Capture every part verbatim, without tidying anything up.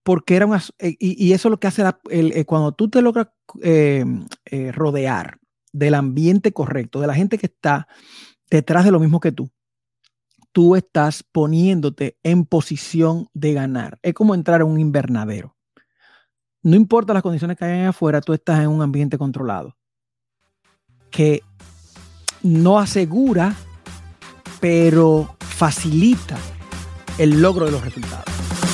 porque era una, y, y eso es lo que hace la, el, el, cuando tú te logras eh, eh, rodear del ambiente correcto, de la gente que está detrás de lo mismo que tú, tú estás poniéndote en posición de ganar. Es como entrar a un invernadero. No importa las condiciones que hayan afuera, tú estás en un ambiente controlado que no asegura, pero facilita el logro de los resultados.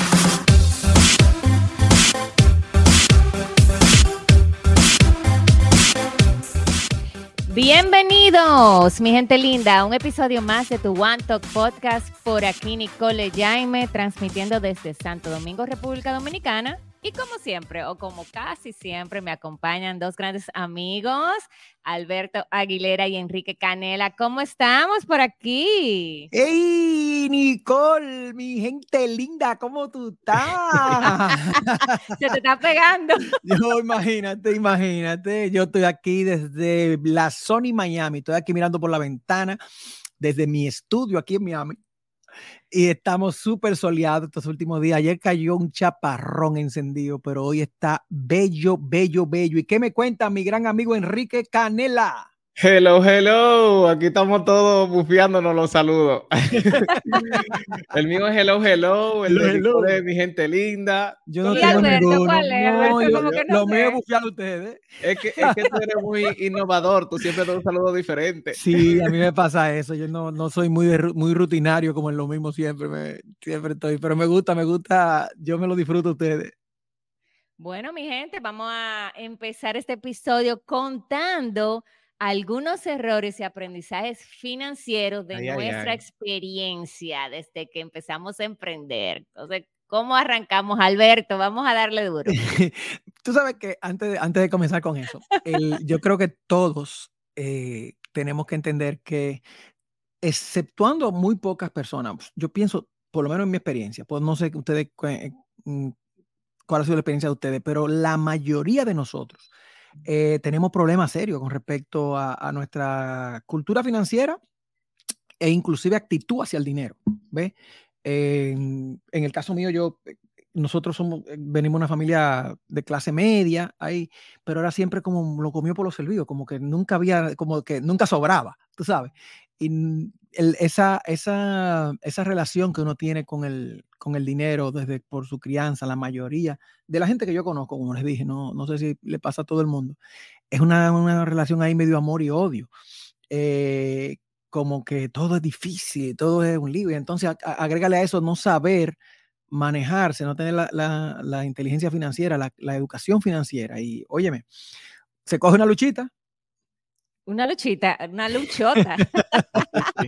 Bienvenidos, mi gente linda, a un episodio más de tu One Talk Podcast. Por aquí Nicole Jaime, transmitiendo desde Santo Domingo, República Dominicana. Y como siempre, o como casi siempre, me acompañan dos grandes amigos, Alberto Aguilera y Enrique Canela. ¿Cómo estamos por aquí? ¡Hey, Nicole, mi gente linda! ¿Cómo tú estás? Se te está pegando. Yo, imagínate, imagínate. Yo estoy aquí desde la Sony Miami. Estoy aquí mirando por la ventana desde mi estudio aquí en Miami. Y estamos súper soleados estos últimos días. Ayer cayó un chaparrón encendido, pero hoy está bello, bello, bello. ¿Y qué me cuenta mi gran amigo Enrique Canela? Hello, hello. Aquí estamos todos bufiándonos los saludos. El mío es hello, hello. El de Nicole es mi gente linda. Yo no ¿Y tengo Alberto ninguno. cuál es? No, Alberto, yo, como que no lo sé. mío es bufiar a ustedes. Es que, es que tú eres muy innovador. Tú siempre das un saludo diferente. Sí, a mí me pasa eso. Yo no, no soy muy, muy rutinario como en lo mismo siempre. Me, siempre estoy, pero me gusta, me gusta. Yo me lo disfruto a ustedes. Bueno, mi gente, vamos a empezar este episodio contando algunos errores y aprendizajes financieros de Ay, ay, nuestra ay. experiencia desde que empezamos a emprender. Entonces, ¿cómo arrancamos, Alberto? Vamos a darle duro. Tú sabes que antes de, antes de comenzar con eso, el, yo creo que todos eh, tenemos que entender que, exceptuando muy pocas personas, yo pienso, por lo menos en mi experiencia, pues no sé ustedes eh, cuál ha sido la experiencia de ustedes, pero la mayoría de nosotros eh, tenemos problemas serios con respecto a, a nuestra cultura financiera e inclusive actitud hacia el dinero, ¿ves? Eh, en, en el caso mío, yo, nosotros somos, venimos de una familia de clase media, ahí, pero era siempre como lo comió por los servidos, como que nunca había, como que nunca sobraba, tú sabes. Y el, esa, esa, esa relación que uno tiene con el, con el dinero desde por su crianza, la mayoría de la gente que yo conozco, como les dije, no, no sé si le pasa a todo el mundo, es una, una relación ahí medio amor y odio. Eh, como que todo es difícil, todo es un lío. Y entonces a, a, agrégale a eso no saber manejarse, no tener la, la, la inteligencia financiera, la, la educación financiera. Y óyeme, se coge una luchita. Una luchita, una luchota. Sí.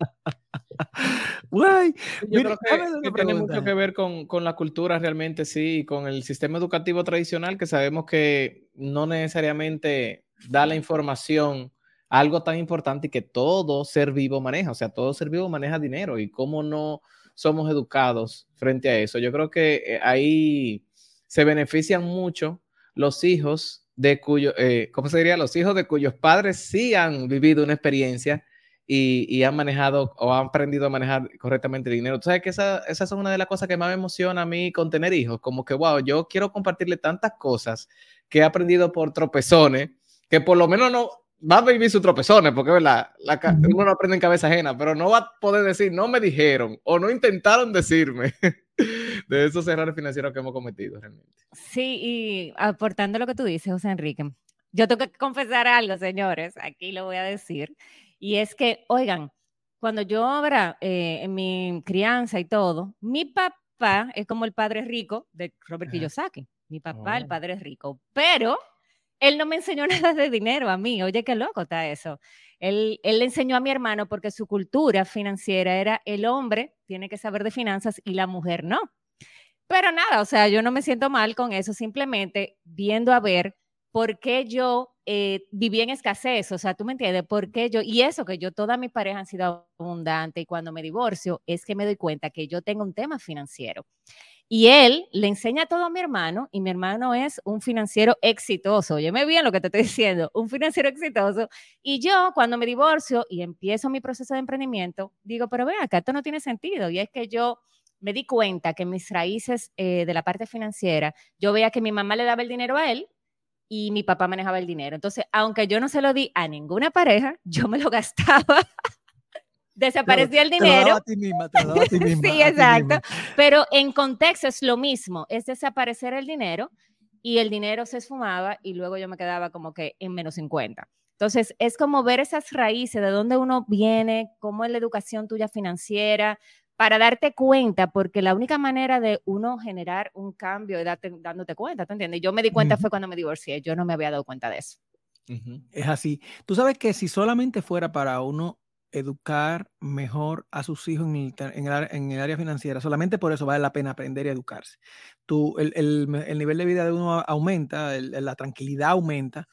Guay. Yo Mira, creo que, que tiene mucho que ver con, con la cultura realmente, sí, y con el sistema educativo tradicional, que sabemos que no necesariamente da la información a algo tan importante y que todo ser vivo maneja, o sea, todo ser vivo maneja dinero y cómo no somos educados frente a eso. Yo creo que ahí se benefician mucho los hijos de cuyo, eh, ¿cómo se diría? Los hijos de cuyos padres sí han vivido una experiencia Y, y han manejado o han aprendido a manejar correctamente el dinero. Tú sabes que esa, esa es una de las cosas que más me emociona a mí con tener hijos, como que, wow, yo quiero compartirle tantas cosas que he aprendido por tropezones, que por lo menos no va a vivir sus tropezones, porque ¿verdad? La, uno no aprende en cabeza ajena, pero no va a poder decir, no me dijeron o no intentaron decirme de esos errores financieros que hemos cometido realmente. Sí, y aportando lo que tú dices, José Enrique, yo tengo que confesar algo, señores, aquí lo voy a decir. Y es que, oigan, cuando yo, ¿verdad? Eh, en mi crianza y todo, mi papá es como el padre rico de Robert Kiyosaki. Mi papá, oh. el padre rico. Pero él no me enseñó nada de dinero a mí. Oye, qué loco está eso. Él, él le enseñó a mi hermano porque su cultura financiera era el hombre tiene que saber de finanzas y la mujer no. Pero nada, o sea, yo no me siento mal con eso, simplemente viendo a ver por qué yo eh, viví en escasez, o sea, tú me entiendes, por qué yo, y eso que yo, todas mis parejas han sido abundantes y cuando me divorcio es que me doy cuenta que yo tengo un tema financiero. Y él le enseña todo a mi hermano y mi hermano es un financiero exitoso. Óyeme bien lo que te estoy diciendo, un financiero exitoso. Y yo cuando me divorcio y empiezo mi proceso de emprendimiento, digo, pero ven acá, esto no tiene sentido. Y es que yo me di cuenta que mis raíces eh, de la parte financiera, yo veía que mi mamá le daba el dinero a él y mi papá manejaba el dinero. Entonces, aunque yo no se lo di a ninguna pareja, yo me lo gastaba. Desaparecía Claro, el te lo daba dinero. a ti misma, te lo daba a ti misma. Sí, a ti exacto. misma. Pero en contexto es lo mismo, es desaparecer el dinero y el dinero se esfumaba y luego yo me quedaba como que en menos cincuenta. Entonces, es como ver esas raíces, de dónde uno viene, cómo es la educación tuya financiera, para darte cuenta, porque la única manera de uno generar un cambio es darte, dándote cuenta, ¿te entiendes? Yo me di cuenta Ujú. fue cuando me divorcié, yo no me había dado cuenta de eso. Ujú. Es así. Tú sabes que si solamente fuera para uno educar mejor a sus hijos en el, ter- en el, ar- en el área financiera, solamente por eso vale la pena aprender y educarse. Tú, el, el, el nivel de vida de uno a- aumenta, el- la tranquilidad aumenta,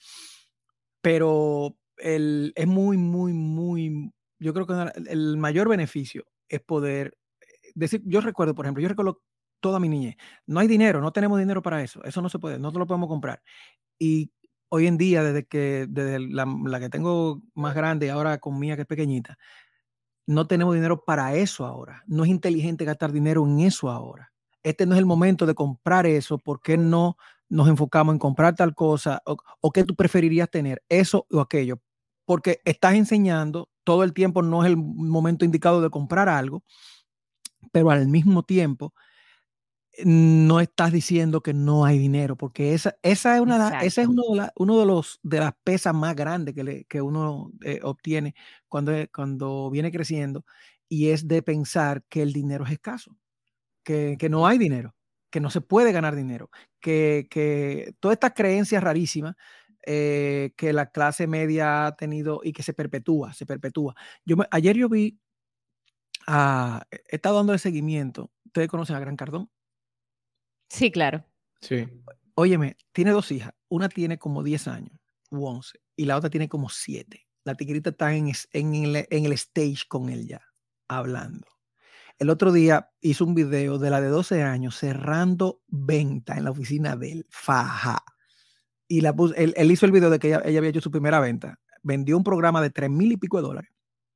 pero el, es muy, muy, muy, yo creo que una- el mayor beneficio es poder eh, decir, yo recuerdo, por ejemplo, yo recuerdo toda mi niñez, no hay dinero, no tenemos dinero para eso, eso no se puede, no te lo podemos comprar. Y hoy en día, desde que desde la, la que tengo más grande, ahora con mía que es pequeñita, no tenemos dinero para eso ahora. No es inteligente gastar dinero en eso ahora. Este no es el momento de comprar eso. ¿Por qué no nos enfocamos en comprar tal cosa? ¿O, o qué tú preferirías tener? Eso o aquello. Porque estás enseñando, todo el tiempo no es el momento indicado de comprar algo, pero al mismo tiempo no estás diciendo que no hay dinero, porque esa, esa es, una, esa es Exacto. uno, de la, uno de los de las pesas más grandes que, le, que uno eh, obtiene cuando, cuando viene creciendo, y es de pensar que el dinero es escaso, que, que no hay dinero, que no se puede ganar dinero, que, que todas estas creencias rarísimas eh, que la clase media ha tenido y que se perpetúa, se perpetúa. Yo me, ayer yo vi, a, he estado dando el seguimiento, ustedes conocen a Gran Cardón. Sí, claro. Sí. Óyeme, tiene dos hijas. Una tiene como diez años u once y la otra tiene como siete. La tigrita está en, es- en el, en el stage con él ya, hablando. El otro día hizo un video de la de doce años cerrando venta en la oficina de él. Faja. Y la puso, él, él hizo el video de que ella, ella había hecho su primera venta. Vendió un programa de tres mil y pico de dólares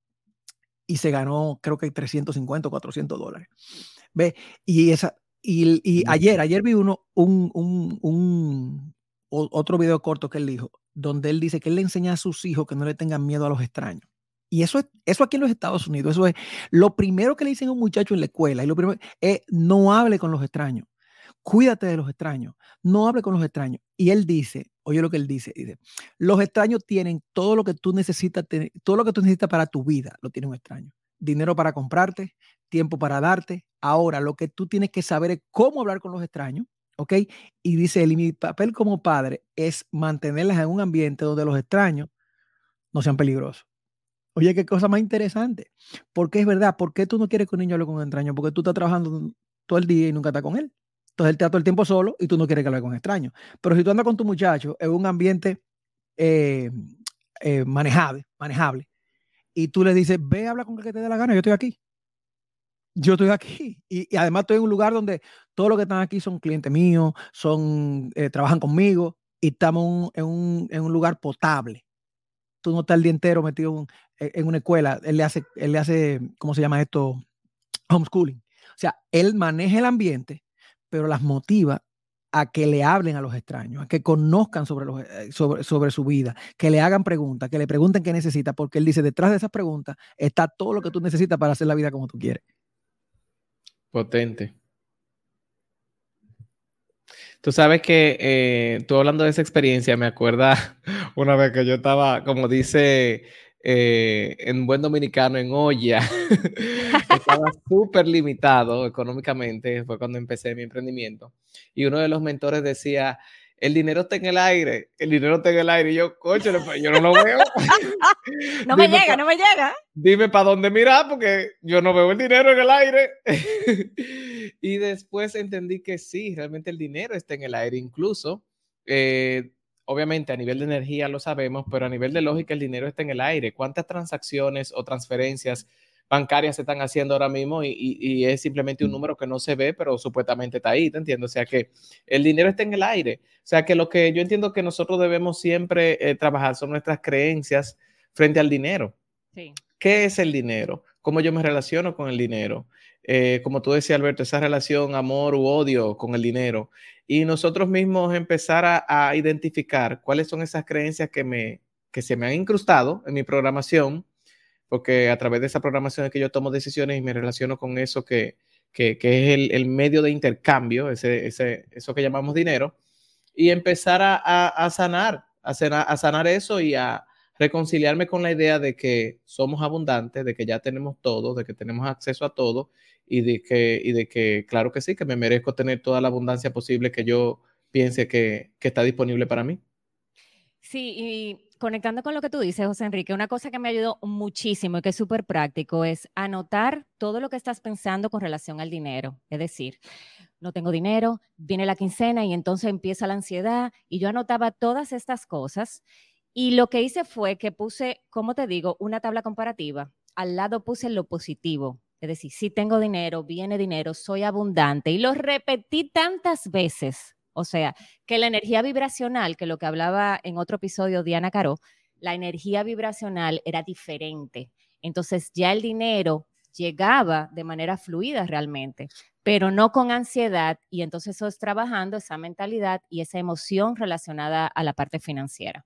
y se ganó, creo que trescientos cincuenta o cuatrocientos dólares. ¿Ve? Y, esa, y, y ayer, ayer vi uno, un, un, un, o- otro video corto que él dijo, donde él dice que él le enseña a sus hijos que no le tengan miedo a los extraños. Y eso es, eso aquí en los Estados Unidos, eso es lo primero que le dicen a un muchacho en la escuela, y lo primero es no hable con los extraños, cuídate de los extraños, no hable con los extraños. Y él dice, oye lo que él dice, dice, los extraños tienen todo lo que tú necesitas, tener, todo lo que tú necesitas para tu vida, lo tiene un extraño. Dinero para comprarte, tiempo para darte. Ahora, lo que tú tienes que saber es cómo hablar con los extraños, ¿ok? Y dice él, y mi papel como padre es mantenerlas en un ambiente donde los extraños no sean peligrosos. Oye, qué cosa más interesante. Porque es verdad, ¿por qué tú no quieres que un niño hable con un extraño? Porque tú estás trabajando todo el día y nunca estás con él. Entonces él está todo el tiempo solo y tú no quieres que hable con extraños. Pero si tú andas con tu muchacho en un ambiente eh, eh, manejable, manejable, y tú le dices, ve, habla con el que te dé la gana, yo estoy aquí. Yo estoy aquí. Y, y además estoy en un lugar donde todos los que están aquí son clientes míos, son, eh, trabajan conmigo y estamos en un, en un lugar potable. Tú no estás el día entero metido en, en una escuela. Él le hace, él le hace, ¿cómo se llama esto? Homeschooling. O sea, él maneja el ambiente, pero las motiva a que le hablen a los extraños, a que conozcan sobre, los, sobre, sobre su vida, que le hagan preguntas, que le pregunten qué necesita, porque él dice, detrás de esas preguntas está todo lo que tú necesitas para hacer la vida como tú quieres. Potente. Tú sabes que eh, tú hablando de esa experiencia, me acuerda una vez que yo estaba, como dice eh, en buen dominicano, en olla. Estaba súper limitado económicamente, fue cuando empecé mi emprendimiento. Y uno de los mentores decía, el dinero está en el aire, el dinero está en el aire. Y yo, coche, yo no lo veo. No me Dime llega, pa- no me llega. Dime para dónde mirar, porque yo no veo el dinero en el aire. Y después entendí que sí, realmente el dinero está en el aire. Incluso, eh, obviamente a nivel de energía lo sabemos, pero a nivel de lógica el dinero está en el aire. ¿Cuántas transacciones o transferencias bancarias se están haciendo ahora mismo? Y, y, y es simplemente un número que no se ve, pero supuestamente está ahí, ¿te entiendes? O sea que el dinero está en el aire. O sea que lo que yo entiendo que nosotros debemos siempre eh, trabajar son nuestras creencias frente al dinero. Sí. ¿Qué es el dinero? ¿Cómo yo me relaciono con el dinero? eh, como tú decías, Alberto, esa relación amor u odio con el dinero. Y nosotros mismos empezar a, a identificar cuáles son esas creencias que, me, que se me han incrustado en mi programación, porque a través de esa programación es que yo tomo decisiones y me relaciono con eso que, que, que es el, el medio de intercambio, ese, ese, eso que llamamos dinero, y empezar a, a, a sanar, a sanar, a sanar eso y a reconciliarme con la idea de que somos abundantes, de que ya tenemos todo, de que tenemos acceso a todo y de que, y de que claro que sí, que me merezco tener toda la abundancia posible que yo piense que, que está disponible para mí. Sí, y conectando con lo que tú dices, José Enrique, una cosa que me ayudó muchísimo y que es súper práctico es anotar todo lo que estás pensando con relación al dinero. Es decir, no tengo dinero, viene la quincena y entonces empieza la ansiedad y yo anotaba todas estas cosas y lo que hice fue que puse, como te digo, una tabla comparativa. Al lado puse lo positivo, es decir, si tengo dinero, viene dinero, soy abundante y lo repetí tantas veces. O sea, que la energía vibracional, que lo que hablaba en otro episodio Diana Caro, la energía vibracional era diferente. Entonces ya el dinero llegaba de manera fluida realmente, pero no con ansiedad, y entonces eso es trabajando esa mentalidad y esa emoción relacionada a la parte financiera.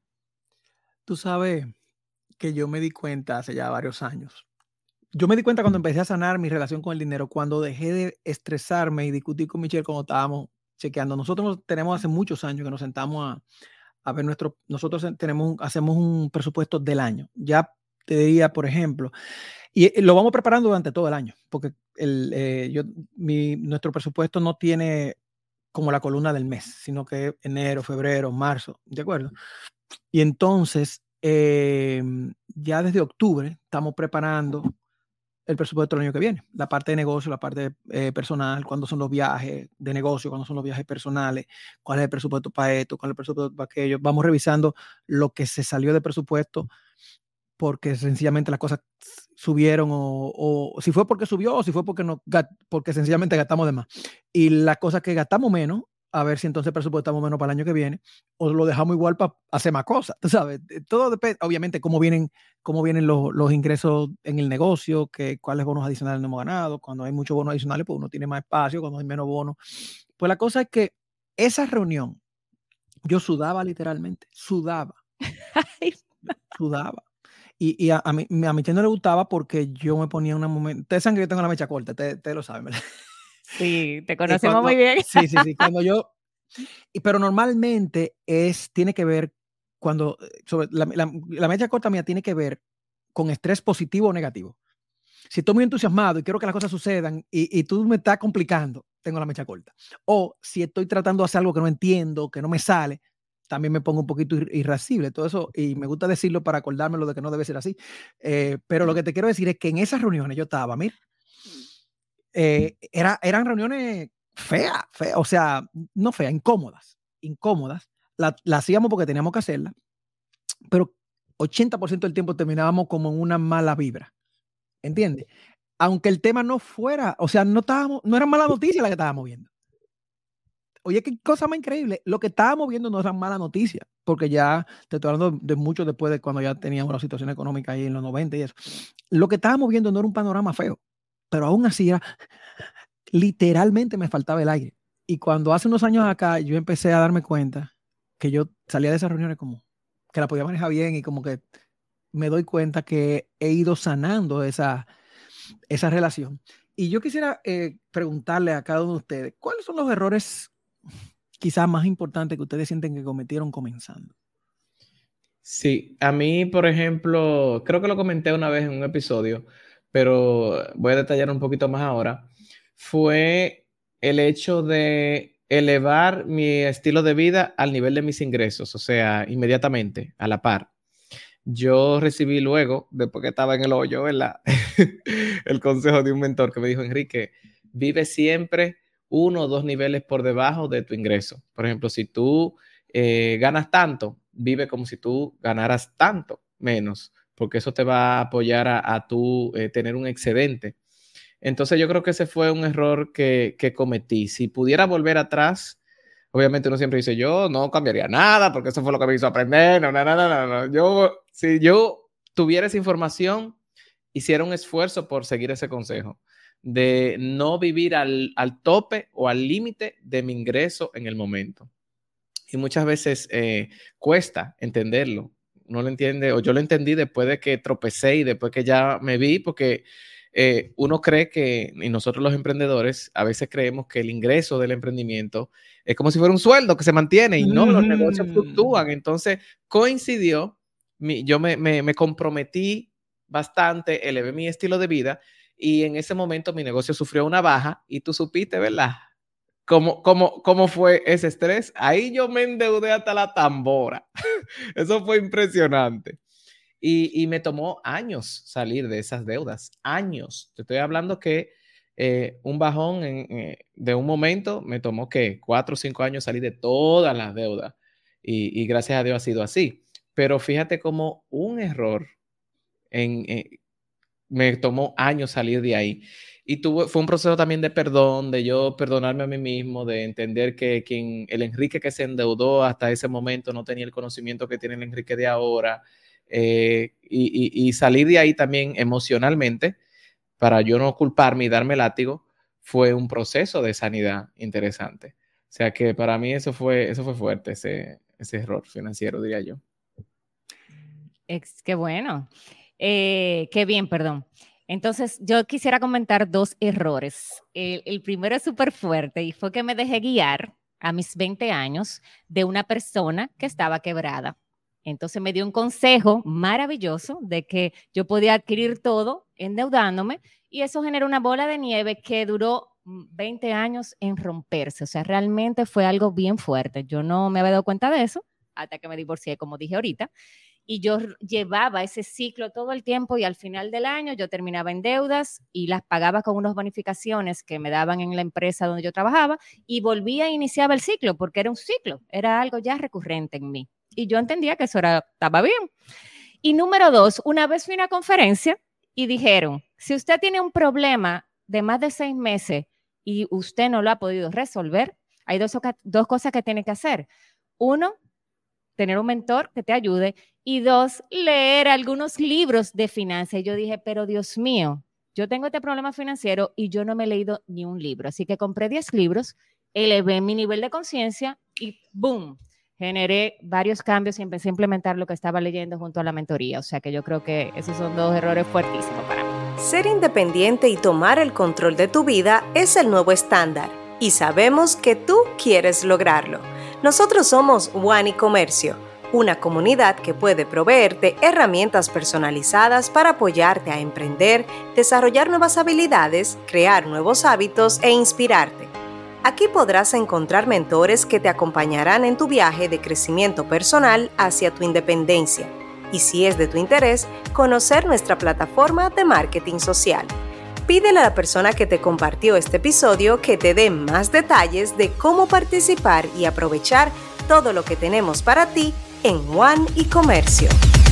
Tú sabes que yo me di cuenta hace ya varios años. Yo me di cuenta cuando empecé a sanar mi relación con el dinero, cuando dejé de estresarme y discutir con Michelle cuando estábamos chequeando. Nosotros tenemos hace muchos años que nos sentamos a, a ver nuestro, nosotros tenemos, hacemos un presupuesto del año. Ya te diría, por ejemplo, y lo vamos preparando durante todo el año, porque el, eh, yo, mi, nuestro presupuesto no tiene como la columna del mes, sino que enero, febrero, marzo, ¿de acuerdo? Y entonces, eh, ya desde octubre estamos preparando el presupuesto del año que viene, la parte de negocio, la parte eh, personal, cuándo son los viajes de negocio, cuándo son los viajes personales, cuál es el presupuesto para esto, cuál es el presupuesto para aquello. Vamos revisando lo que se salió de presupuesto porque sencillamente las cosas subieron o, o si fue porque subió o si fue porque, no, porque sencillamente gastamos de más. Y las cosas que gastamos menos, a ver si entonces presupuestamos menos para el año que viene o lo dejamos igual para hacer más cosas, tú sabes. Todo depende, obviamente, cómo vienen, cómo vienen los, los ingresos en el negocio, que, cuáles bonos adicionales no hemos ganado. Cuando hay muchos bonos adicionales, pues uno tiene más espacio, cuando hay menos bonos. Pues la cosa es que esa reunión, yo sudaba literalmente, sudaba, sudaba. Y, y a, a, mí, a mi tío no le gustaba porque yo me ponía una momento. Ustedes saben que yo tengo la mecha corta, ustedes, ustedes lo saben, ¿verdad? Sí, te conocemos cuando, muy bien. Sí, sí, sí. Cuando yo. Y, pero normalmente es, tiene que ver cuando. Sobre, la, la, la mecha corta mía tiene que ver con estrés positivo o negativo. Si estoy muy entusiasmado y quiero que las cosas sucedan y, y tú me estás complicando, tengo la mecha corta. O si estoy tratando de hacer algo que no entiendo, que no me sale, también me pongo un poquito irascible, todo eso, y me gusta decirlo para acordármelo de que no debe ser así. Eh, pero lo que te quiero decir es que en esas reuniones yo estaba, mira, eh, era, eran reuniones feas, feas, o sea, no feas, incómodas, incómodas. La, la hacíamos porque teníamos que hacerla, pero ochenta por ciento del tiempo terminábamos como en una mala vibra, ¿entiendes? Aunque el tema no fuera, o sea, no estábamos, no era mala noticia la que estábamos viendo. Oye, qué cosa más increíble. Lo que estábamos viendo no era mala noticia, porque ya te estoy hablando de mucho después de cuando ya teníamos la situación económica ahí en los noventa y eso. Lo que estábamos viendo no era un panorama feo, pero aún así era, literalmente me faltaba el aire. Y cuando hace unos años acá yo empecé a darme cuenta que yo salía de esas reuniones como que la podía manejar bien y como que me doy cuenta que he ido sanando esa, esa relación. Y yo quisiera eh, preguntarle a cada uno de ustedes, ¿cuáles son los errores quizás más importantes que ustedes sienten que cometieron comenzando? Sí, a mí, por ejemplo, creo que lo comenté una vez en un episodio, pero voy a detallar un poquito más ahora, fue el hecho de elevar mi estilo de vida al nivel de mis ingresos, o sea, inmediatamente, a la par. Yo recibí luego, después que estaba en el hoyo, ¿verdad? El consejo de un mentor que me dijo, Enrique, vive siempre uno o dos niveles por debajo de tu ingreso. Por ejemplo, si tú eh, ganas tanto, vive como si tú ganaras tanto menos, porque eso te va a apoyar a, a tú eh, tener un excedente. Entonces yo creo que ese fue un error que, que cometí. Si pudiera volver atrás, obviamente uno siempre dice, yo no cambiaría nada porque eso fue lo que me hizo aprender. No, no, no, no, no. Yo, si yo tuviera esa información, hiciera un esfuerzo por seguir ese consejo de no vivir al, al tope o al límite de mi ingreso en el momento. Y muchas veces eh, cuesta entenderlo. No lo entiende, o yo lo entendí después de que tropecé y después que ya me vi, porque eh, uno cree que, y nosotros los emprendedores, a veces creemos que el ingreso del emprendimiento es como si fuera un sueldo que se mantiene, y no, mm. los negocios fluctúan. Entonces coincidió, mi, yo me, me, me comprometí bastante, elevé mi estilo de vida, y en ese momento mi negocio sufrió una baja, y tú supiste, ¿verdad? ¿Cómo, cómo, ¿Cómo fue ese estrés? Ahí yo me endeudé hasta la tambora. Eso fue impresionante. Y, y me tomó años salir de esas deudas. Años. Te estoy hablando que eh, un bajón en, eh, de un momento me tomó que cuatro o cinco años salir de todas las deudas. Y, y gracias a Dios ha sido así. Pero fíjate cómo un error en, eh, me tomó años salir de ahí. Y tuvo, fue un proceso también de perdón, de yo perdonarme a mí mismo, de entender que quien, el Enrique que se endeudó hasta ese momento no tenía el conocimiento que tiene el Enrique de ahora, eh, y, y, y salir de ahí también emocionalmente, para yo no culparme y darme látigo, fue un proceso de sanidad interesante. O sea que para mí eso fue, eso fue fuerte, ese, ese error financiero, diría yo. Es, qué bueno. Eh, qué bien, perdón. Entonces, yo quisiera comentar dos errores. El, el primero es súper fuerte y fue que me dejé guiar a mis veinte años de una persona que estaba quebrada. Entonces me dio un consejo maravilloso de que yo podía adquirir todo endeudándome, y eso generó una bola de nieve que duró veinte años en romperse. O sea, realmente fue algo bien fuerte. Yo no me había dado cuenta de eso hasta que me divorcié, como dije ahorita. Y yo llevaba ese ciclo todo el tiempo, y al final del año yo terminaba en deudas y las pagaba con unas bonificaciones que me daban en la empresa donde yo trabajaba, y volvía a iniciar el ciclo porque era un ciclo, era algo ya recurrente en mí. Y yo entendía que eso era, estaba bien. Y número dos, una vez fui a una conferencia y dijeron, si usted tiene un problema de más de seis meses y usted no lo ha podido resolver, hay dos, dos cosas que tiene que hacer. Uno, tener un mentor que te ayude, y dos, leer algunos libros de finanzas. Y yo dije, pero Dios mío, yo tengo este problema financiero y yo no me he leído ni un libro. Así que compré diez libros, elevé mi nivel de conciencia y ¡boom! Generé varios cambios y empecé a implementar lo que estaba leyendo junto a la mentoría. O sea que yo creo que esos son dos errores fuertísimos para mí. Ser independiente y tomar el control de tu vida es el nuevo estándar, y sabemos que tú quieres lograrlo. Nosotros somos One e-Comercio, una comunidad que puede proveerte herramientas personalizadas para apoyarte a emprender, desarrollar nuevas habilidades, crear nuevos hábitos e inspirarte. Aquí podrás encontrar mentores que te acompañarán en tu viaje de crecimiento personal hacia tu independencia. Y si es de tu interés, conocer nuestra plataforma de marketing social. Pídele a la persona que te compartió este episodio que te dé más detalles de cómo participar y aprovechar todo lo que tenemos para ti en One e-Comercio.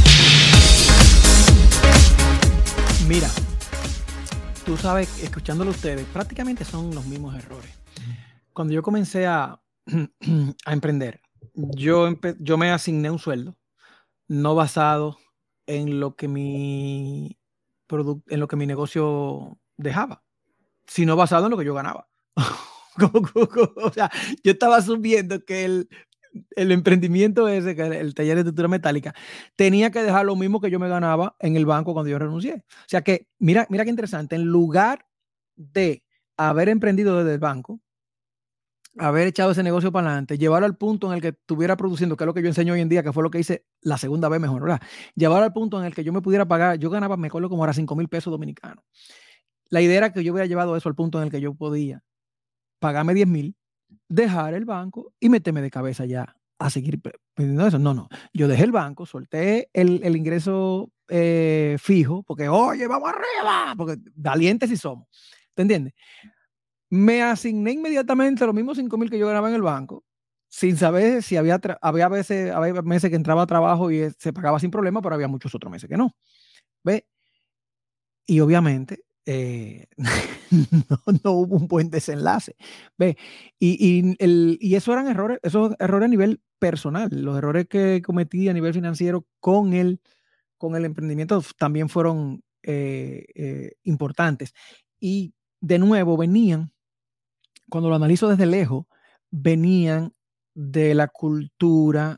Mira, tú sabes, escuchándolo ustedes, prácticamente son los mismos errores. Cuando yo comencé a, a emprender, yo, empe- yo me asigné un sueldo no basado en lo que mi, produ- en lo que mi negocio dejaba, sino basado en lo que yo ganaba. O sea, yo estaba asumiendo que el, el emprendimiento ese, que era el taller de estructura metálica, tenía que dejar lo mismo que yo me ganaba en el banco cuando yo renuncié. O sea que, mira, mira qué interesante, en lugar de haber emprendido desde el banco, haber echado ese negocio para adelante, llevarlo al punto en el que estuviera produciendo, que es lo que yo enseño hoy en día, que fue lo que hice la segunda vez mejor, ¿verdad? Llevarlo al punto en el que yo me pudiera pagar, yo ganaba, me acuerdo como era cinco mil pesos dominicanos. La idea era que yo hubiera llevado eso al punto en el que yo podía pagarme diez mil, dejar el banco y meterme de cabeza ya a seguir pidiendo eso. No, no. Yo dejé el banco, solté el, el ingreso eh, fijo, porque, oye, vamos arriba, porque valientes sí somos. ¿Te entiendes? Me asigné inmediatamente los mismos cinco mil que yo ganaba en el banco, sin saber si había, tra- había, veces, había meses que entraba a trabajo y se pagaba sin problema, pero había muchos otros meses que no. ¿Ve? Y obviamente eh, no, no hubo un buen desenlace. ¿Ve? Y, y, el, y esos eran errores, esos errores a nivel personal. Los errores que cometí a nivel financiero con el, con el emprendimiento también fueron eh, eh, importantes. Y de nuevo venían, cuando lo analizo desde lejos, venían de la cultura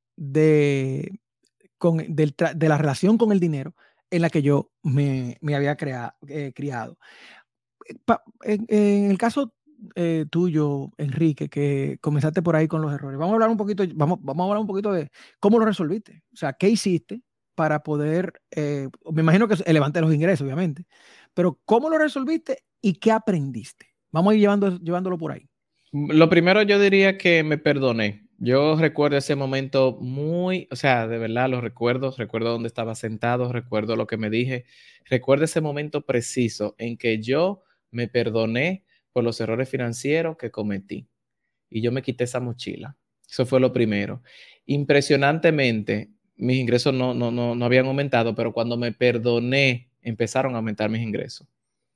de, con, del de la relación con el dinero en la que yo me, me había creado, eh, criado. Pa, en, en el caso eh, tuyo, Enrique, que comenzaste por ahí con los errores, vamos a hablar un poquito, vamos, vamos a hablar un poquito de cómo lo resolviste. O sea, ¿qué hiciste para poder, eh, me imagino que elevaste los ingresos, obviamente, pero cómo lo resolviste y qué aprendiste? Vamos a ir llevando, llevándolo por ahí. Lo primero yo diría que me perdoné. Yo recuerdo ese momento muy, o sea, de verdad los recuerdo, recuerdo dónde estaba sentado, recuerdo lo que me dije, recuerdo ese momento preciso en que yo me perdoné por los errores financieros que cometí y yo me quité esa mochila. Eso fue lo primero. Impresionantemente, mis ingresos no, no, no, no habían aumentado, pero cuando me perdoné, empezaron a aumentar mis ingresos.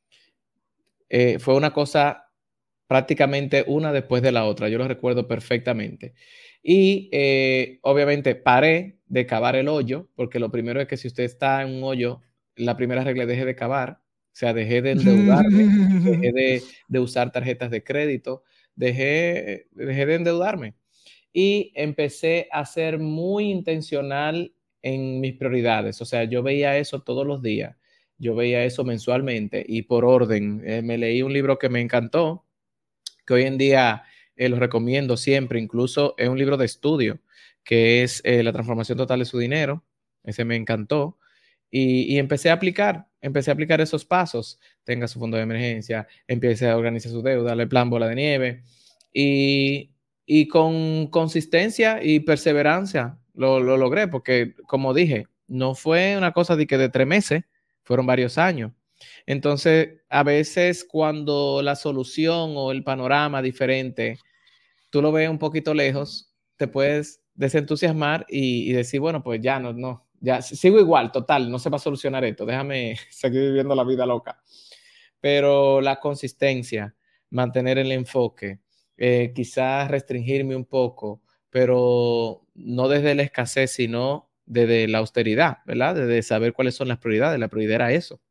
Eh, fue una cosa prácticamente una después de la otra, yo lo recuerdo perfectamente. Y eh, obviamente paré de cavar el hoyo, porque lo primero es que si usted está en un hoyo, la primera regla es deje de cavar, o sea, dejé de endeudarme, dejé de, de usar tarjetas de crédito, dejé, dejé de endeudarme y empecé a ser muy intencional en mis prioridades, o sea, yo veía eso todos los días, yo veía eso mensualmente y por orden. Eh, me leí un libro que me encantó, que hoy en día eh, lo recomiendo siempre, incluso es un libro de estudio, que es eh, La transformación total de su dinero. Ese me encantó. Y, y empecé a aplicar, empecé a aplicar esos pasos. Tenga su fondo de emergencia, empiece a organizar su deuda, el plan bola de nieve. Y, y con consistencia y perseverancia lo, lo logré, porque como dije, no fue una cosa de que de tres meses, fueron varios años. Entonces, a veces cuando la solución o el panorama diferente, tú lo ves un poquito lejos, te puedes desentusiasmar y, y decir, bueno, pues ya no, no, ya sigo igual, total, no se va a solucionar esto, déjame seguir viviendo la vida loca. Pero la consistencia, mantener el enfoque, eh, quizás restringirme un poco, pero no desde la escasez, sino desde la austeridad, ¿verdad? Desde saber cuáles son las prioridades. La prioridad era eso.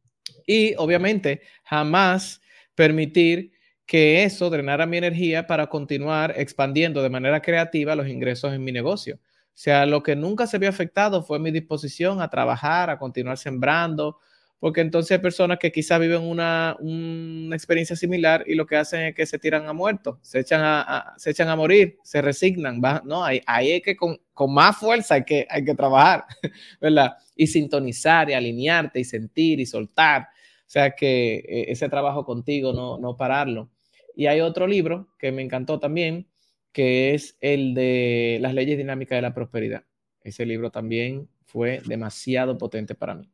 Y obviamente jamás permitir que eso drenara mi energía para continuar expandiendo de manera creativa los ingresos en mi negocio. O sea, lo que nunca se vio afectado fue mi disposición a trabajar, a continuar sembrando, porque entonces hay personas que quizás viven una, una experiencia similar y lo que hacen es que se tiran a muertos, se echan a, a, se echan a morir, se resignan. Va, no, ahí, ahí es que con, con más fuerza hay que, hay que trabajar, ¿verdad? Y sintonizar y alinearte y sentir y soltar. O sea que eh, ese trabajo contigo, no, no pararlo. Y hay otro libro que me encantó también, que es el de Las leyes dinámicas de la prosperidad. Ese libro también fue demasiado potente para mí.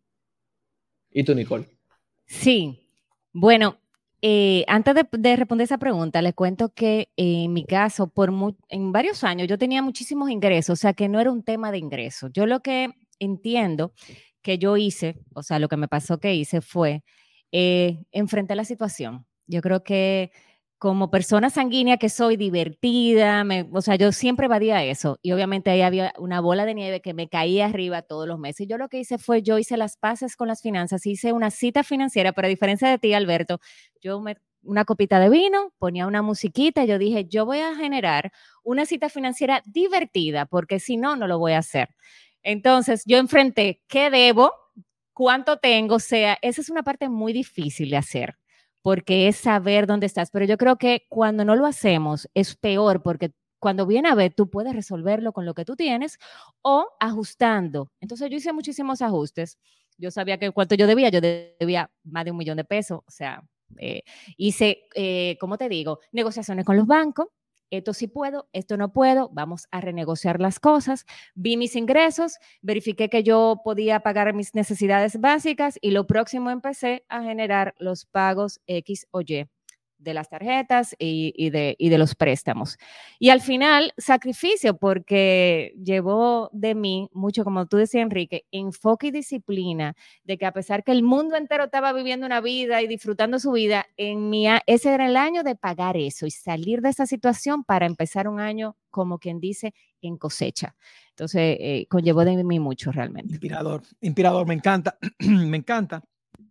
¿Y tú, Nicole? Sí, bueno, eh, antes de, de responder esa pregunta, les cuento que eh, en mi caso, por mu en varios años, yo tenía muchísimos ingresos, o sea que no era un tema de ingresos. Yo lo que entiendo que yo hice, o sea, lo que me pasó que hice fue eh, enfrentar la situación. Yo creo que como persona sanguínea que soy, divertida, me, o sea, yo siempre evadía eso. Y obviamente ahí había una bola de nieve que me caía arriba todos los meses. Y yo lo que hice fue, yo hice las paces con las finanzas, hice una cita financiera, pero a diferencia de ti, Alberto, yo me una copita de vino, ponía una musiquita, y yo dije, yo voy a generar una cita financiera divertida, porque si no, no lo voy a hacer. Entonces, yo enfrenté qué debo, cuánto tengo, o sea, esa es una parte muy difícil de hacer, porque es saber dónde estás, pero yo creo que cuando no lo hacemos es peor, porque cuando viene a ver, tú puedes resolverlo con lo que tú tienes o ajustando. Entonces yo hice muchísimos ajustes. Yo sabía que cuánto yo debía, yo debía más de un millón de pesos, o sea, eh, hice, eh, ¿cómo te digo? Negociaciones con los bancos. Esto sí puedo, esto no puedo, vamos a renegociar las cosas. Vi mis ingresos, verifiqué que yo podía pagar mis necesidades básicas y lo próximo empecé a generar los pagos X o Y de las tarjetas y, y, de, y de los préstamos. Y al final, sacrificio, porque llevó de mí mucho, como tú decías, Enrique, enfoque y disciplina, de que a pesar que el mundo entero estaba viviendo una vida y disfrutando su vida, en mi, ese era el año de pagar eso y salir de esa situación para empezar un año, como quien dice, en cosecha. Entonces, eh, conllevó de mí mucho realmente. Inspirador, inspirador, me encanta, me encanta,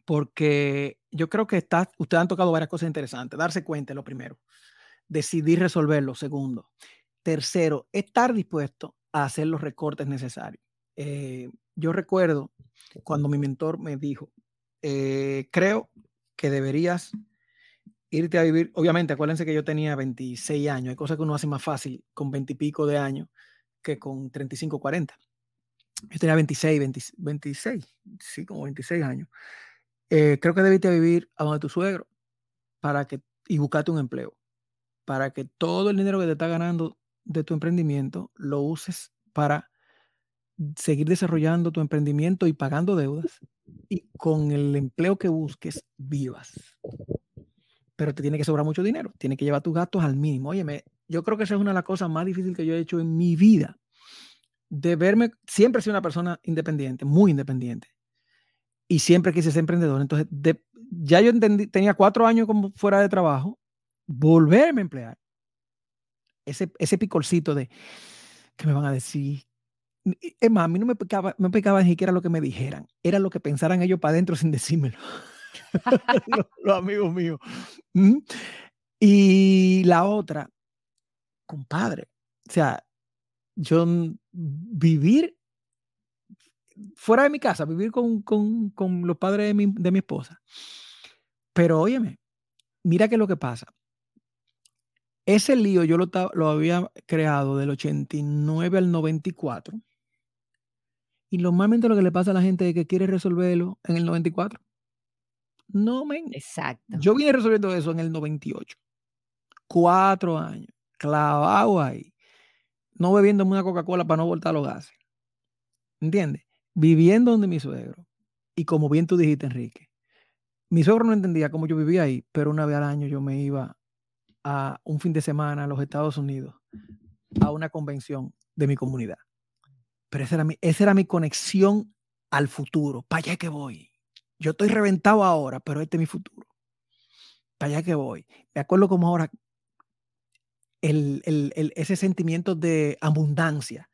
porque yo creo que está, ustedes han tocado varias cosas interesantes. Darse cuenta, lo primero. Decidir resolverlo, segundo. Tercero, estar dispuesto a hacer los recortes necesarios. Eh, yo recuerdo cuando mi mentor me dijo, eh, creo que deberías irte a vivir. Obviamente, acuérdense que yo tenía veintiséis años. Hay cosas que uno hace más fácil con veinte y pico de años que con treinta y cinco, cuarenta. Yo tenía veintiséis, veinte, veintiséis, sí, como veintiséis años. Eh, creo que debiste vivir a donde tu suegro para que, y buscarte un empleo, para que todo el dinero que te está ganando de tu emprendimiento lo uses para seguir desarrollando tu emprendimiento y pagando deudas, y con el empleo que busques vivas. Pero te tiene que sobrar mucho dinero, tiene que llevar tus gastos al mínimo. Óyeme, yo creo que esa es una de las cosas más difíciles que yo he hecho en mi vida, de verme. Siempre he sido una persona independiente, muy independiente, y siempre quise ser emprendedor. Entonces, de, ya yo entendí, tenía cuatro años como fuera de trabajo, volverme a emplear. Ese, ese picorcito de, ¿qué me van a decir? Es más, a mí no me picaba, no me picaba ni siquiera lo que me dijeran, era lo que pensaran ellos para adentro sin decírmelo. los, los amigos míos. ¿Mm? Y la otra, compadre, o sea, yo vivir fuera de mi casa, vivir con, con, con los padres de mi, de mi esposa. Pero óyeme, mira qué es lo que pasa. Ese lío yo lo, lo había creado del ochenta y nueve al noventa y cuatro. Y normalmente lo que le pasa a la gente es que quiere resolverlo en el noventa y cuatro. No, men. Exacto. Yo vine resolviendo eso en el noventa y ocho. Cuatro años. Clavado ahí. No bebiéndome una Coca-Cola para no voltar los gases. ¿Entiendes? Viviendo donde mi suegro. Y como bien tú dijiste, Enrique, mi suegro no entendía cómo yo vivía ahí, pero una vez al año yo me iba a un fin de semana a los Estados Unidos a una convención de mi comunidad. Pero esa era mi, esa era mi conexión al futuro. Para allá que voy. Yo estoy reventado ahora, pero este es mi futuro. Para allá que voy. Me acuerdo como ahora el, el, el, ese sentimiento de abundancia.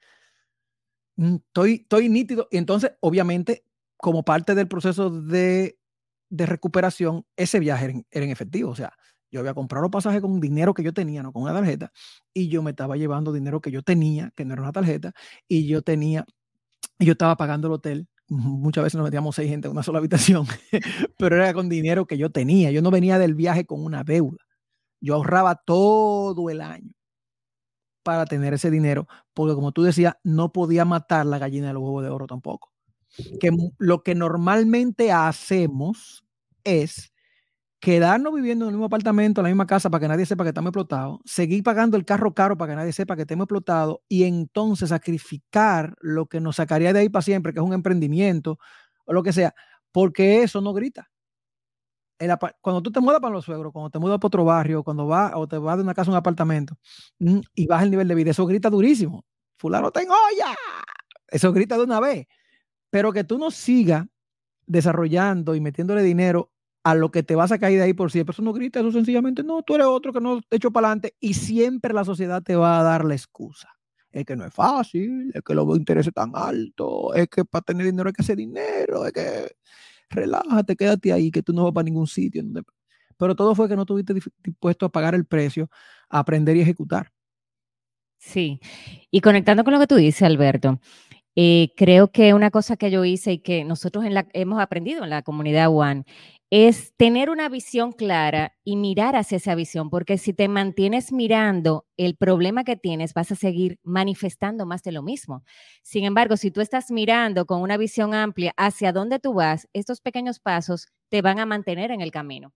Estoy, estoy nítido. Y entonces, obviamente, como parte del proceso de, de recuperación, ese viaje era en, era en efectivo. O sea, yo había comprado los pasajes con dinero que yo tenía, no con una tarjeta, y yo me estaba llevando dinero que yo tenía, que no era una tarjeta, y yo tenía, y yo estaba pagando el hotel. Muchas veces nos metíamos seis gente en una sola habitación, pero era con dinero que yo tenía. Yo no venía del viaje con una deuda. Yo ahorraba todo el año para tener ese dinero, porque como tú decías, no podía matar la gallina de los huevos de oro tampoco. Que lo que normalmente hacemos es quedarnos viviendo en el mismo apartamento, en la misma casa, para que nadie sepa que estamos explotados, seguir pagando el carro caro para que nadie sepa que estemos explotados, y entonces sacrificar lo que nos sacaría de ahí para siempre, que es un emprendimiento o lo que sea, porque eso no grita. El, cuando tú te mudas para los suegros, cuando te mudas para otro barrio, cuando vas o te vas de una casa a un apartamento mmm, y bajas el nivel de vida, eso grita durísimo. Fulano tengo ya. Eso grita de una vez. Pero que tú no sigas desarrollando y metiéndole dinero a lo que te vas a caer de ahí por siempre, eso no grita, eso sencillamente no, tú eres otro que no te echó para adelante, y siempre la sociedad te va a dar la excusa. Es que no es fácil, es que los intereses tan altos, es que para tener dinero hay que hacer dinero, es que relájate, quédate ahí, que tú no vas para ningún sitio. Pero todo fue que no estuviste dispuesto a pagar el precio, a aprender y ejecutar. Sí, y conectando con lo que tú dices, Alberto, eh, creo que una cosa que yo hice y que nosotros en la, hemos aprendido en la comunidad One es tener una visión clara y mirar hacia esa visión, porque si te mantienes mirando el problema que tienes, vas a seguir manifestando más de lo mismo. Sin embargo, si tú estás mirando con una visión amplia hacia dónde tú vas, estos pequeños pasos te van a mantener en el camino.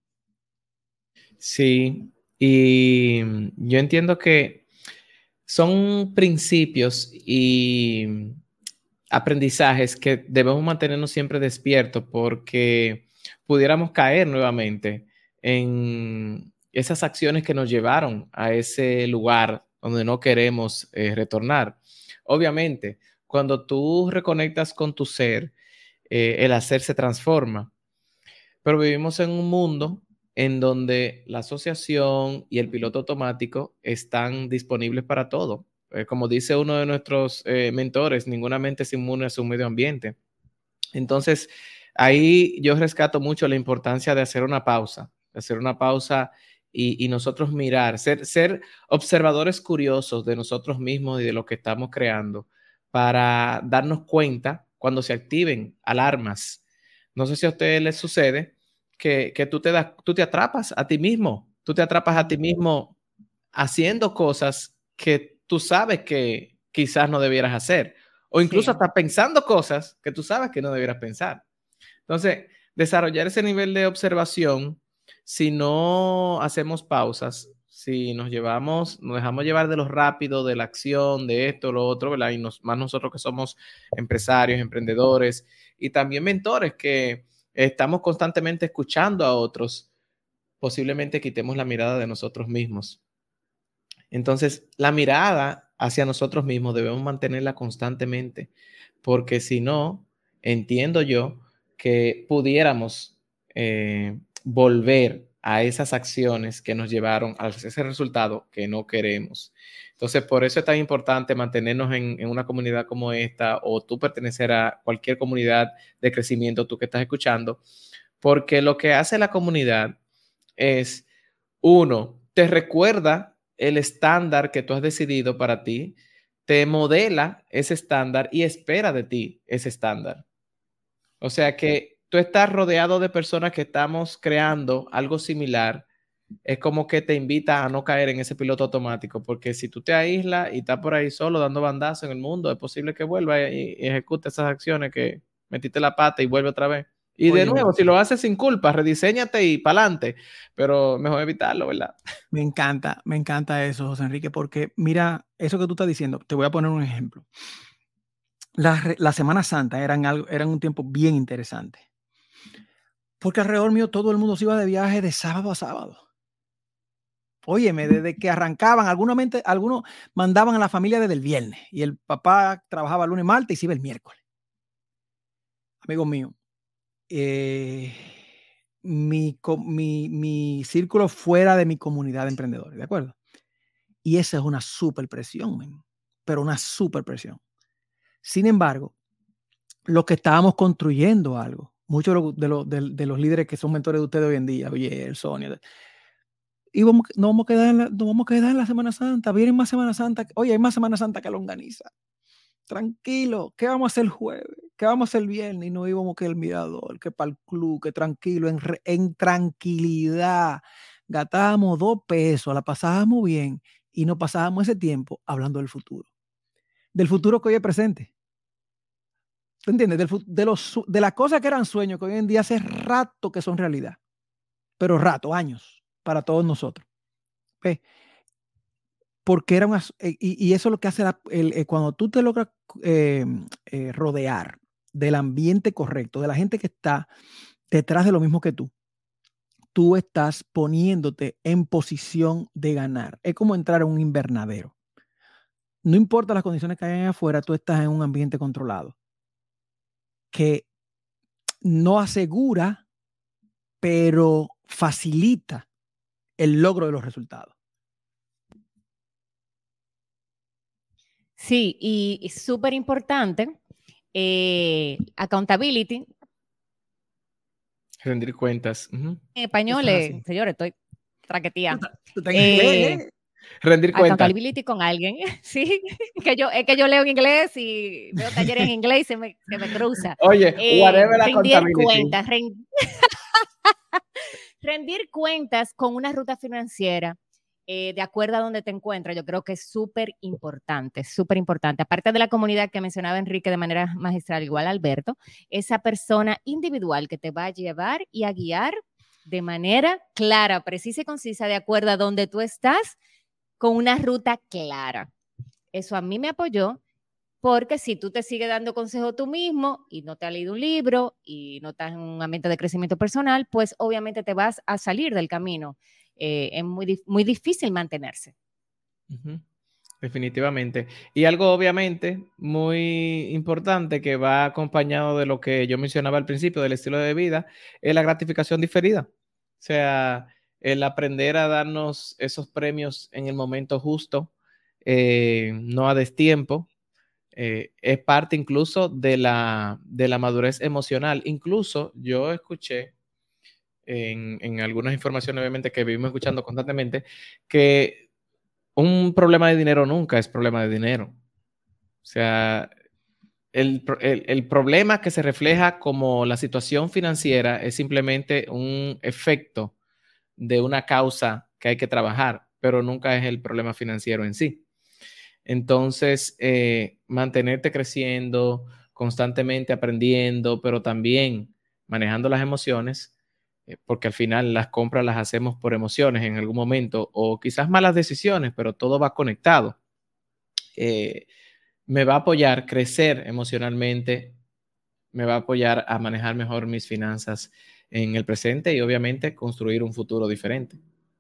Sí, y yo entiendo que son principios y aprendizajes que debemos mantenernos siempre despiertos, porque pudiéramos caer nuevamente en esas acciones que nos llevaron a ese lugar donde no queremos eh, retornar. Obviamente, cuando tú reconectas con tu ser, eh, el hacer se transforma, pero vivimos en un mundo en donde la asociación y el piloto automático están disponibles para todo. Eh, como dice uno de nuestros eh, mentores, ninguna mente es inmune a su medio ambiente. Entonces, ahí yo rescato mucho la importancia de hacer una pausa, de hacer una pausa y, y nosotros mirar, ser, ser observadores curiosos de nosotros mismos y de lo que estamos creando para darnos cuenta cuando se activen alarmas. No sé si a ustedes les sucede que, que tú, te das, tú te atrapas a ti mismo, tú te atrapas a ti mismo haciendo cosas que tú sabes que quizás no debieras hacer, o incluso sí. hasta pensando cosas que tú sabes que no debieras pensar. Entonces, desarrollar ese nivel de observación, si no hacemos pausas, si nos llevamos, nos dejamos llevar de lo rápido, de la acción, de esto, lo otro, ¿verdad? Y nos, más nosotros que somos empresarios, emprendedores y también mentores que estamos constantemente escuchando a otros, posiblemente quitemos la mirada de nosotros mismos. Entonces, la mirada hacia nosotros mismos debemos mantenerla constantemente, porque si no, entiendo yo que pudiéramos eh, volver a esas acciones que nos llevaron a ese resultado que no queremos. Entonces, por eso es tan importante mantenernos en, en una comunidad como esta, o tú pertenecer a cualquier comunidad de crecimiento, tú que estás escuchando, porque lo que hace la comunidad es, uno, te recuerda el estándar que tú has decidido para ti, te modela ese estándar y espera de ti ese estándar. O sea que tú estás rodeado de personas que estamos creando algo similar, es como que te invita a no caer en ese piloto automático, porque si tú te aíslas y estás por ahí solo dando bandazos en el mundo, es posible que vuelva y, y ejecute esas acciones que metiste la pata y vuelve otra vez. Y Oye, de nuevo, si lo haces sin culpa, rediséñate y pa'lante, pero mejor evitarlo, ¿verdad? Me encanta, me encanta eso, José Enrique, porque mira, eso que tú estás diciendo, te voy a poner un ejemplo. La, la Semana Santa eran, algo, eran un tiempo bien interesante, porque alrededor mío todo el mundo se iba de viaje de sábado a sábado. Óyeme, desde que arrancaban, algunos, algunos mandaban a la familia desde el viernes y el papá trabajaba el lunes, martes y se iba el miércoles. Amigos míos, eh, mi, mi, mi círculo fuera de mi comunidad de emprendedores, ¿de acuerdo? Y esa es una súper presión, man, pero una súper presión. Sin embargo, los que estábamos construyendo algo, muchos de los, de, los, de, de los líderes que son mentores de ustedes hoy en día, oye, el Sonia, y vamos, nos, vamos a quedar en la, nos vamos a quedar en la Semana Santa, vienen más Semana Santa, oye, hay más Semana Santa que longaniza. Tranquilo, ¿qué vamos a hacer el jueves? ¿Qué vamos a hacer el viernes? Y no íbamos que el mirador, que para el club, que tranquilo, en, en tranquilidad. Gastábamos dos pesos, la pasábamos bien y no pasábamos ese tiempo hablando del futuro. Del futuro que hoy es presente. ¿Tú entiendes? Del, de, los, de las cosas que eran sueños, que hoy en día hace rato que son realidad. Pero rato, años, para todos nosotros. ¿Ves? Porque era una, y, y eso es lo que hace la, el, el, cuando tú te logras eh, eh, rodear del ambiente correcto, de la gente que está detrás de lo mismo que tú, tú estás poniéndote en posición de ganar. Es como entrar a un invernadero. No importa las condiciones que hayan afuera, tú estás en un ambiente controlado que no asegura, pero facilita el logro de los resultados. Sí, y, y súper importante, eh, accountability. Rendir cuentas. Uh-huh. En español, eh, señores, estoy traqueteando. Eh, Rendir cuentas. Accountability con alguien, sí, que yo, es que yo leo en inglés y veo talleres en inglés y se me, se me cruza. Oye, eh, whatever la rendir cuentas, rend... rendir cuentas con una ruta financiera. Eh, de acuerdo a donde te encuentras, yo creo que es súper importante, súper importante. Aparte de la comunidad que mencionaba Enrique de manera magistral, igual Alberto, esa persona individual que te va a llevar y a guiar de manera clara, precisa y concisa, de acuerdo a donde tú estás, con una ruta clara. Eso a mí me apoyó, porque si tú te sigues dando consejos tú mismo y no te has leído un libro y no estás en un ambiente de crecimiento personal, pues obviamente te vas a salir del camino. Eh, es muy, muy difícil mantenerse. Uh-huh. Definitivamente. Y algo obviamente muy importante que va acompañado de lo que yo mencionaba al principio del estilo de vida es la gratificación diferida. O sea, el aprender a darnos esos premios en el momento justo, eh, no a destiempo, eh, es parte incluso de la, de la madurez emocional. Incluso yo escuché en, en algunas informaciones, obviamente, que vivimos escuchando constantemente, que un problema de dinero nunca es problema de dinero. O sea, el, el, el problema que se refleja como la situación financiera es simplemente un efecto de una causa que hay que trabajar, pero nunca es el problema financiero en sí. Entonces, eh, mantenerte creciendo, constantemente aprendiendo, pero también manejando las emociones, eh, porque al final las compras las hacemos por emociones en algún momento, o quizás malas decisiones, pero todo va conectado. Eh, me va a apoyar crecer emocionalmente, me va a apoyar a manejar mejor mis finanzas en el presente y obviamente construir un futuro diferente.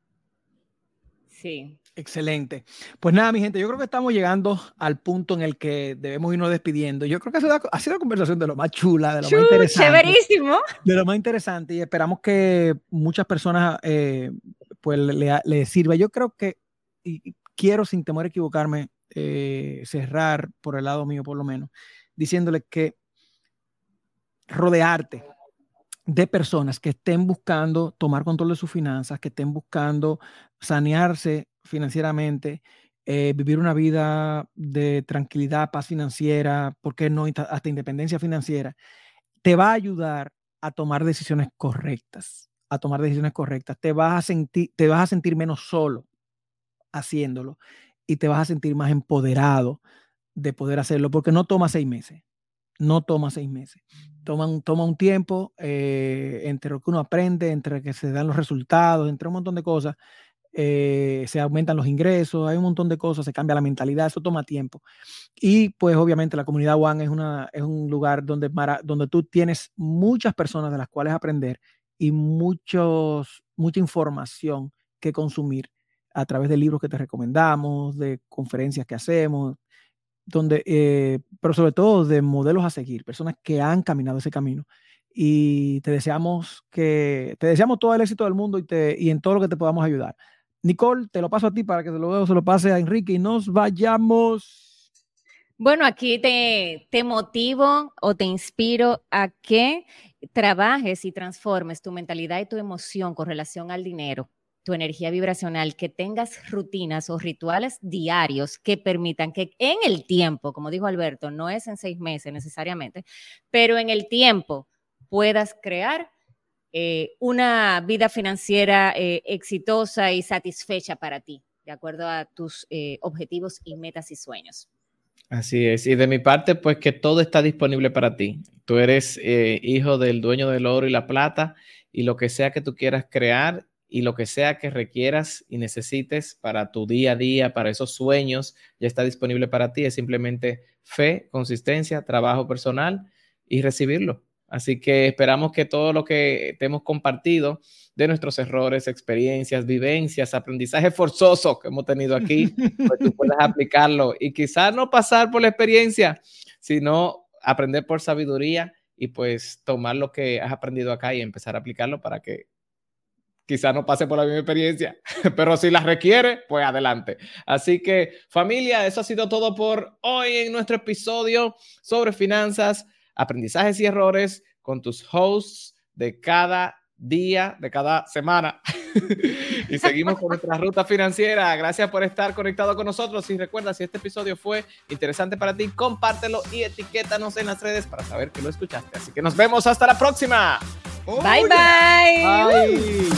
Sí. Excelente. Pues nada, mi gente, yo creo que estamos llegando al punto en el que debemos irnos despidiendo. Yo creo que ha sido, ha sido una conversación de lo más chula, de lo Chú, más interesante. Chéverísimo. De lo más interesante, y esperamos que muchas personas eh, pues le, le sirva. Yo creo que, y quiero sin temor a equivocarme, eh, cerrar por el lado mío por lo menos, diciéndole que rodearte de personas que estén buscando tomar control de sus finanzas, que estén buscando sanearse financieramente, eh, vivir una vida de tranquilidad, paz financiera, ¿por qué no? Hasta independencia financiera, te va a ayudar a tomar decisiones correctas, a tomar decisiones correctas. Te vas a sentir, te vas a sentir menos solo haciéndolo y te vas a sentir más empoderado de poder hacerlo, porque no toma seis meses. No toma seis meses. Toma un, toma un tiempo eh, entre lo que uno aprende, entre que se dan los resultados, entre un montón de cosas. Eh, se aumentan los ingresos, hay un montón de cosas, se cambia la mentalidad, eso toma tiempo. Y pues obviamente la comunidad One es, una, es un lugar donde, donde tú tienes muchas personas de las cuales aprender y muchos, mucha información que consumir a través de libros que te recomendamos, de conferencias que hacemos, donde, eh, pero sobre todo de modelos a seguir, personas que han caminado ese camino. Y te deseamos que te deseamos todo el éxito del mundo y, te, y en todo lo que te podamos ayudar. Nicole, te lo paso a ti para que luego se lo pase a Enrique y nos vayamos. Bueno, aquí te, te motivo o te inspiro a que trabajes y transformes tu mentalidad y tu emoción con relación al dinero, tu energía vibracional, que tengas rutinas o rituales diarios que permitan que en el tiempo, como dijo Alberto, no es en seis meses necesariamente, pero en el tiempo puedas crear eh, una vida financiera eh, exitosa y satisfecha para ti, de acuerdo a tus eh, objetivos y metas y sueños. Así es. Y de mi parte, pues que todo está disponible para ti. Tú eres eh, hijo del dueño del oro y la plata, y lo que sea que tú quieras crear y lo que sea que requieras y necesites para tu día a día, para esos sueños, ya está disponible para ti. Es simplemente fe, consistencia, trabajo personal y recibirlo. Así que esperamos que todo lo que te hemos compartido de nuestros errores, experiencias, vivencias, aprendizaje forzoso que hemos tenido aquí, pues tú puedas aplicarlo y quizás no pasar por la experiencia, sino aprender por sabiduría y pues tomar lo que has aprendido acá y empezar a aplicarlo para que quizás no pase por la misma experiencia, pero si la requiere, pues adelante. Así que, familia, eso ha sido todo por hoy en nuestro episodio sobre finanzas, aprendizajes y errores con tus hosts de cada día, de cada semana. Y seguimos con nuestra ruta financiera. Gracias por estar conectado con nosotros. Y recuerda, si este episodio fue interesante para ti, compártelo y etiquétanos en las redes para saber que lo escuchaste. Así que nos vemos hasta la próxima. Oh, bye, yeah. bye. Bye.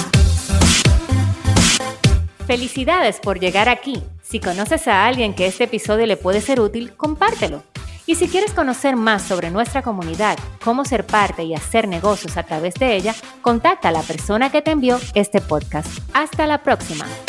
Felicidades por llegar aquí. Si conoces a alguien que este episodio le puede ser útil, compártelo. Y si quieres conocer más sobre nuestra comunidad, cómo ser parte y hacer negocios a través de ella, contacta a la persona que te envió este podcast. Hasta la próxima.